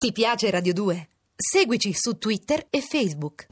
Ti piace Radio 2? Seguici su Twitter e Facebook.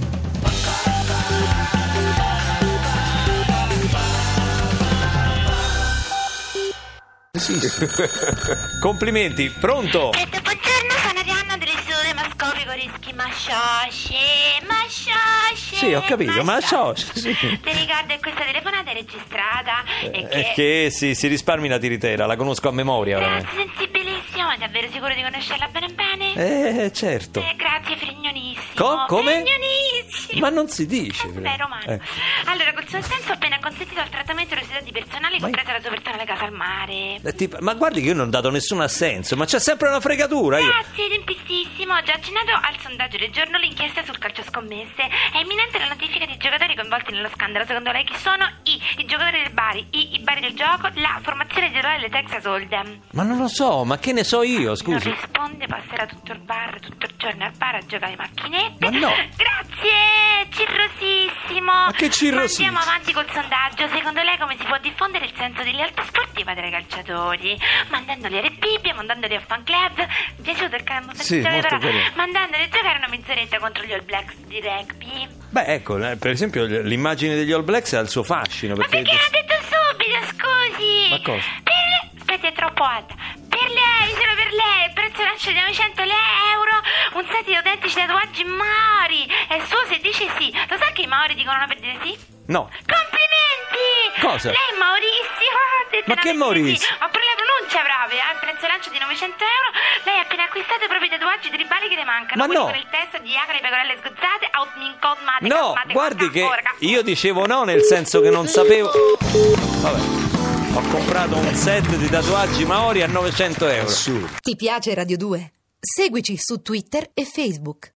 Complimenti, pronto? Buongiorno, sono Arianna dell'Istituto Demoscopico Rischi Masciosce. Sì, ho capito, sì. Ti ricordo che questa telefonata è registrata e che... Che si risparmi la tiritera, la conosco a memoria oramai. Grazie, sensibilissimo, ma davvero sicuro di conoscerla bene bene? Certo. Grazie, frignonissimo. Come? Frignonissimo. Ma non si dice. Beh, romano. Allora, col suo senso ho appena consentito al trattamento dei residui personali, compresa la sua personale casa al mare. Ma guardi che io non ho dato nessun assenso, ma c'è sempre una fregatura. Grazie, tempestissimo. Ho già accennato al sondaggio del giorno, l'inchiesta sul calcio scommesse. È imminente la notifica di giocatori coinvolti nello scandalo. Secondo lei chi sono? I giocatori del Bari, i Bari del gioco, la formazione titolare delle Texas Hold'em. Ma non lo so, ma che ne so io, scusi. Non risponde, passerà tutto il giorno al bar a giocare a macchinette. Ma no. Grazie, cirrosissimo. Ma che cirrosissimo? Andiamo avanti col sondaggio. Secondo lei come si può diffondere il senso di lealtà sportiva tra i calciatori? Mandandoli alle Bibbie, mandandoli a fan club. Piaciuto il cane Sì, molto carino. Mandandoli a giocare una mezz'oretta contro gli All Blacks di rugby. Beh, ecco, per esempio l'immagine degli All Blacks ha il suo fascino. Ma perché l'ha detto subito, scusi? Ma cosa? Aspetta, è troppo alta. Per lei, solo per lei, il prezzo lancio di 900 euro, un set di autentici tatuaggi Maori. È suo se dice sì. Lo sa che i Maori dicono no per dire sì? No. Complimenti! Cosa? Lei è maurissimo. Ma che maurissimo? Sì. Ho pure la pronuncia proprio, il prezzo lancio di 900 euro. Lei ha appena acquistato i propri tatuaggi tribali che le mancano. Ma quelli no. con il testo di Acre, pecorelle sgozzate, outmincomate, No, guardi che io dicevo no nel senso che non sapevo. Vabbè, ho comprato un set di tatuaggi Maori a 900 euro. Ti piace Radio 2? Seguici su Twitter e Facebook.